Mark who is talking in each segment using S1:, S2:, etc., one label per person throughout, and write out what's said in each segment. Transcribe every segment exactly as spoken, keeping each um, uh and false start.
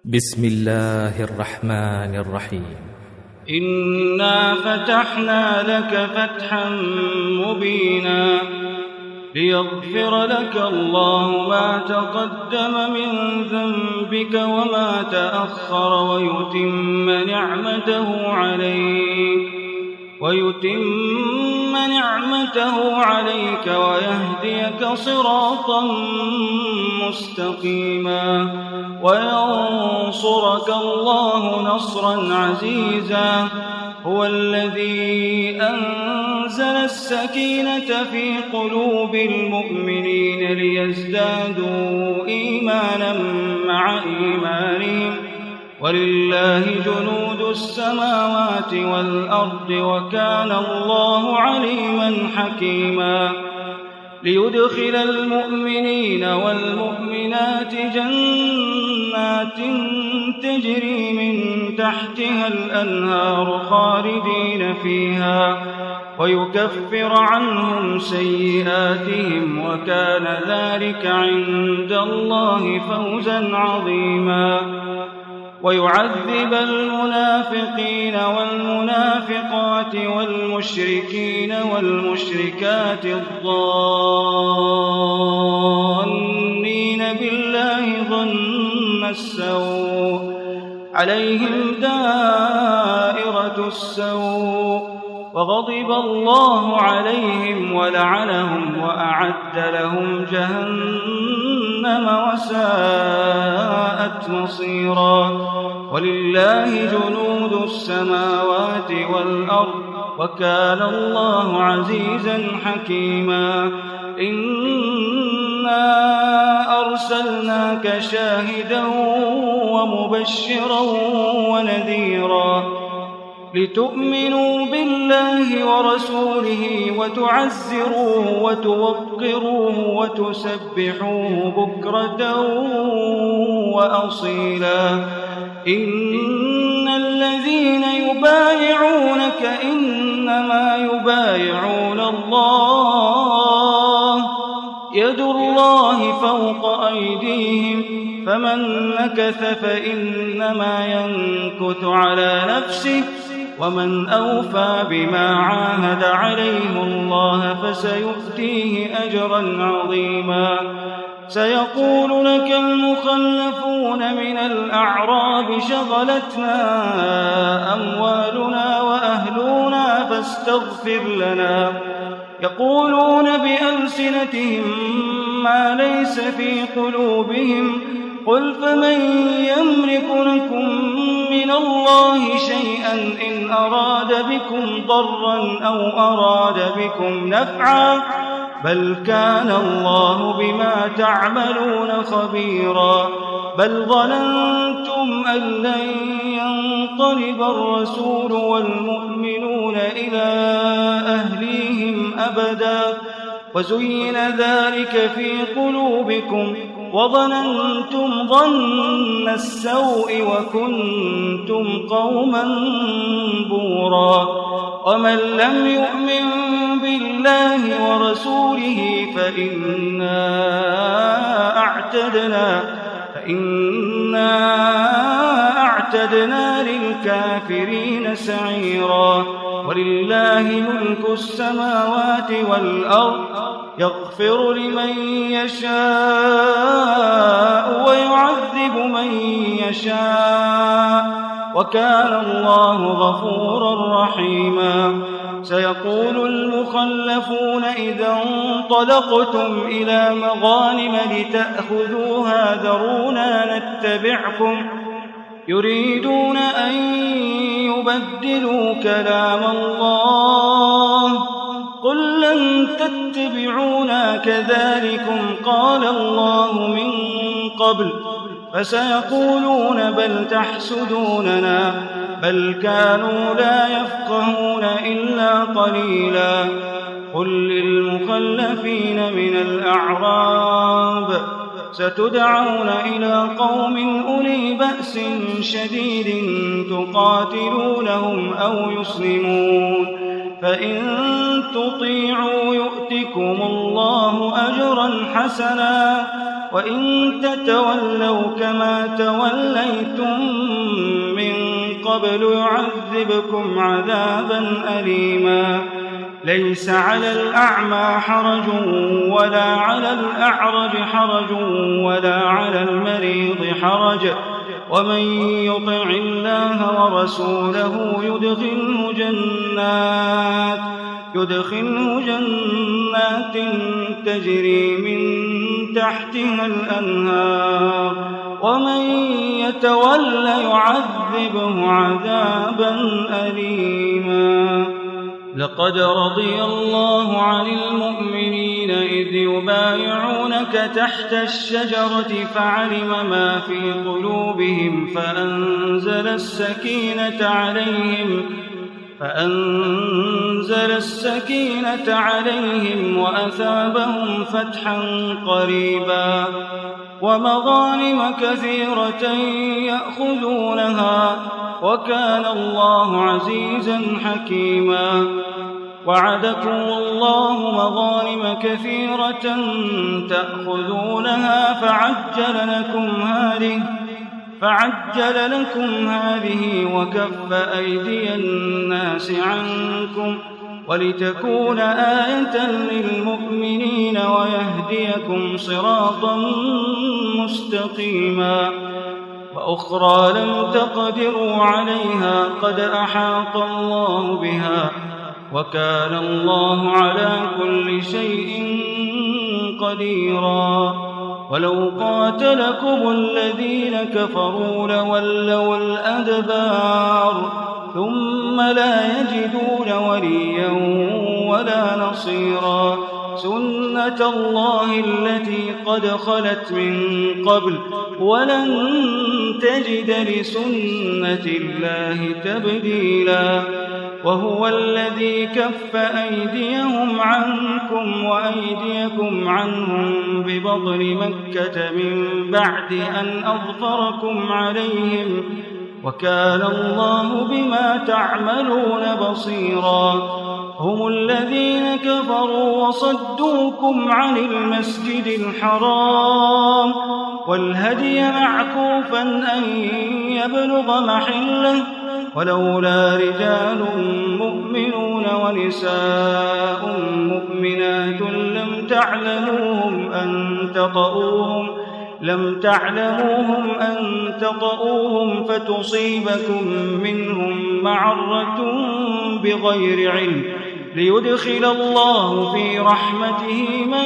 S1: بسم الله الرحمن الرحيم.
S2: إنا فتحنا لك فتحا مبينا ليغفر لك الله ما تقدم من ذنبك وما تأخر ويتم نعمته عليك ويتم نعمته عليك ويهديك صراطا مستقيما وينصرك الله نصرا عزيزا. هو الذي أنزل السكينة في قلوب المؤمنين ليزدادوا إيمانا مع إيمانهم ولله جنود السماوات والأرض وكان الله عليما حكيما. ليدخل المؤمنين والمؤمنات جنات تجري من تحتها الأنهار خالدين فيها ويكفر عنهم سيئاتهم وكان ذلك عند الله فوزا عظيما. ويعذب المنافقين والمنافقات والمشركين والمشركات الظانين بالله ظن السوء عليهم دائرة السوء وغضب الله عليهم ولعنهم وأعد لهم جهنم وساءت مصيرا. ولله جنود السماوات والأرض وكان الله عزيزا حكيما. إنا أرسلناك شاهدا ومبشرا ونذيرا لتؤمنوا بالله ورسوله وتعزروه وتوقروه وتسبحوه بكرة وأصيلا. إن الذين يبايعونك إنما يبايعون الله يد الله فوق أيديهم فمن نكث فإنما ينكث على نفسه ومن أوفى بما عاهد عليه الله فسيؤتيه أجرا عظيما. سيقول لك المخلفون من الأعراب شغلتنا أموالنا وأهلنا فاستغفر لنا يقولون بألسنتهم ما ليس في قلوبهم قل فمن يملك لكم من الله شيئا إن أراد بكم ضرا أو أراد بكم نفعا بل كان الله بما تعملون خبيرا. بل ظننتم أن لن ينقلب الرسول والمؤمنون إلى أهليهم أبدا وزين ذلك في قلوبكم وظننتم ظن السوء وكنتم قوما بورا. ومن لم يؤمن بالله ورسوله فإنا أعتدنا فإنا أعتدنا للكافرين سعيرا. ولله ملك السماوات والأرض يغفر لمن يشاء ويعذب من يشاء وكان الله غفورا رحيما. سيقول المخلفون إذا انطلقتم إلى مغانم لتأخذوها ذرونا نتبعكم يريدون أن يبدلوا كلام الله قل لن تتبعونا كذلكم قال الله من قبل فسيقولون بل تحسدوننا بل كانوا لا يفقهون إلا قليلا. قل للمخلفين من الأعراب ستدعون إلى قوم أولي بأس شديد تقاتلونهم أو يسلمون فإن تطيعوا يؤتكم الله أجرا حسنا وإن تتولوا كما توليتم من قبل يعذبكم عذابا أليما ليس على الأعمى حرج ولا على الأعرج حرج ولا على المريض حرج ومن يطع الله ورسوله يدخله جنات يدخله جنات تجري من تحتها الأنهار ومن يتول يعذبه عذابا أليما لقد رضي الله عن المؤمنين إذ يبايعونك تحت الشجرة فعلم ما في قلوبهم فأنزل السكينة عليهم فأنزل السكينة عليهم وأثابهم فتحا قريبا ومغانم كثيرة يأخذونها وكان الله عزيزا حكيما وعدكم الله مغانم كثيرة تأخذونها فعجل لكم هذه فعجل لكم هذه وكف أيدي الناس عنكم ولتكون آية للمؤمنين ويهديكم صراطا مستقيما وأخرى لم تقدروا عليها قد أحاط الله بها وكان الله على كل شيء قديرا ولو قاتلكم الذين كفروا لولوا الأدبار ثم لا يجدون وليا ولا نصيرا سنة الله التي قد خلت من قبل ولن تجد لسنة الله تبديلا وهو الذي كف أيديهم عنكم وأيديكم عنهم ببطن مكة من بعد أن أظفركم عليهم وكان الله بما تعملون بصيرا هم الذين كفروا وصدوكم عن المسجد الحرام والهدي معكوفا أن يبلغ محله ولولا رجال مؤمنون ونساء مؤمنات لم تعلموهم أن تطؤوهم لم تعلموهم أن تطؤوهم فتصيبكم منهم معرة بغير علم ليدخل الله في رحمته من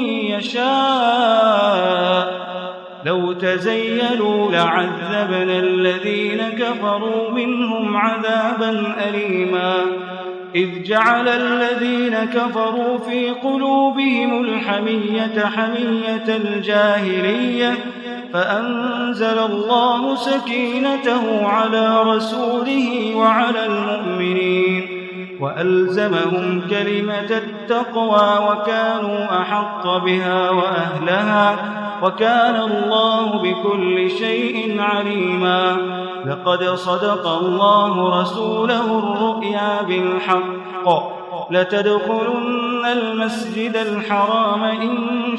S2: يشاء لو تزيلوا لعذبنا الذين كفروا منهم عذابا أليما إذ جعل الذين كفروا في قلوبهم الحمية حمية الجاهلية فأنزل الله سكينته على رسوله وعلى المؤمنين وألزمهم كلمة التقوى وكانوا أحق بها وأهلها وكان الله بكل شيء عليما لقد صدق الله رسوله الرؤيا بالحق لتدخلن المسجد الحرام إن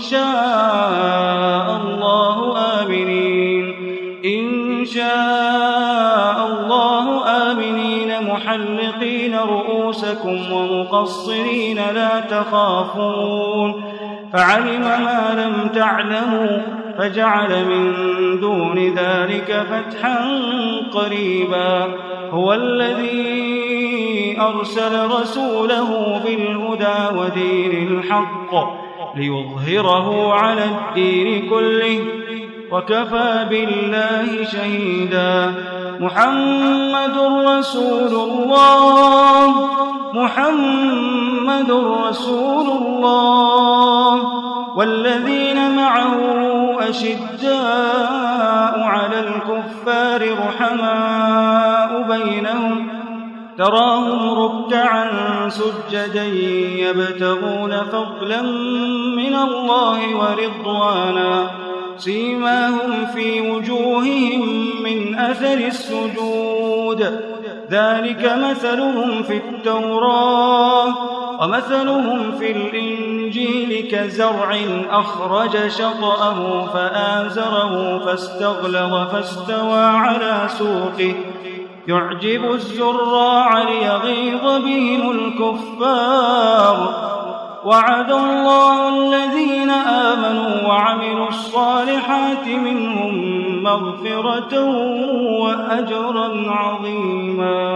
S2: شاء الله آمنين إن شاء الله آمنين محلقين رؤوسكم ومقصرين لا تخافون فعلم ما لم تعلموا فجعل من دون ذلك فتحا قريبا هو الذي أرسل رسوله بالهدى ودين الحق ليظهره على الدين كله وكفى بالله شهيدا محمد رسول الله محمد رسول الله والذين معه أشداء على الكفار رحماء بينهم تراهم ركعا سجدا يبتغون فضلا من الله ورضوانا سيماهم في وجوههم من أثر السجود ذلك مثلهم في التوراة ومثلهم في الإنجيل كزرع أخرج شطأه فآزره فاستغلظ فاستوى على سوقه يعجب الزراع ليغيظ بهم الكفار. وعد الله الذين آمنوا وعملوا الصالحات منهم مغفرة وأجرا عظيما.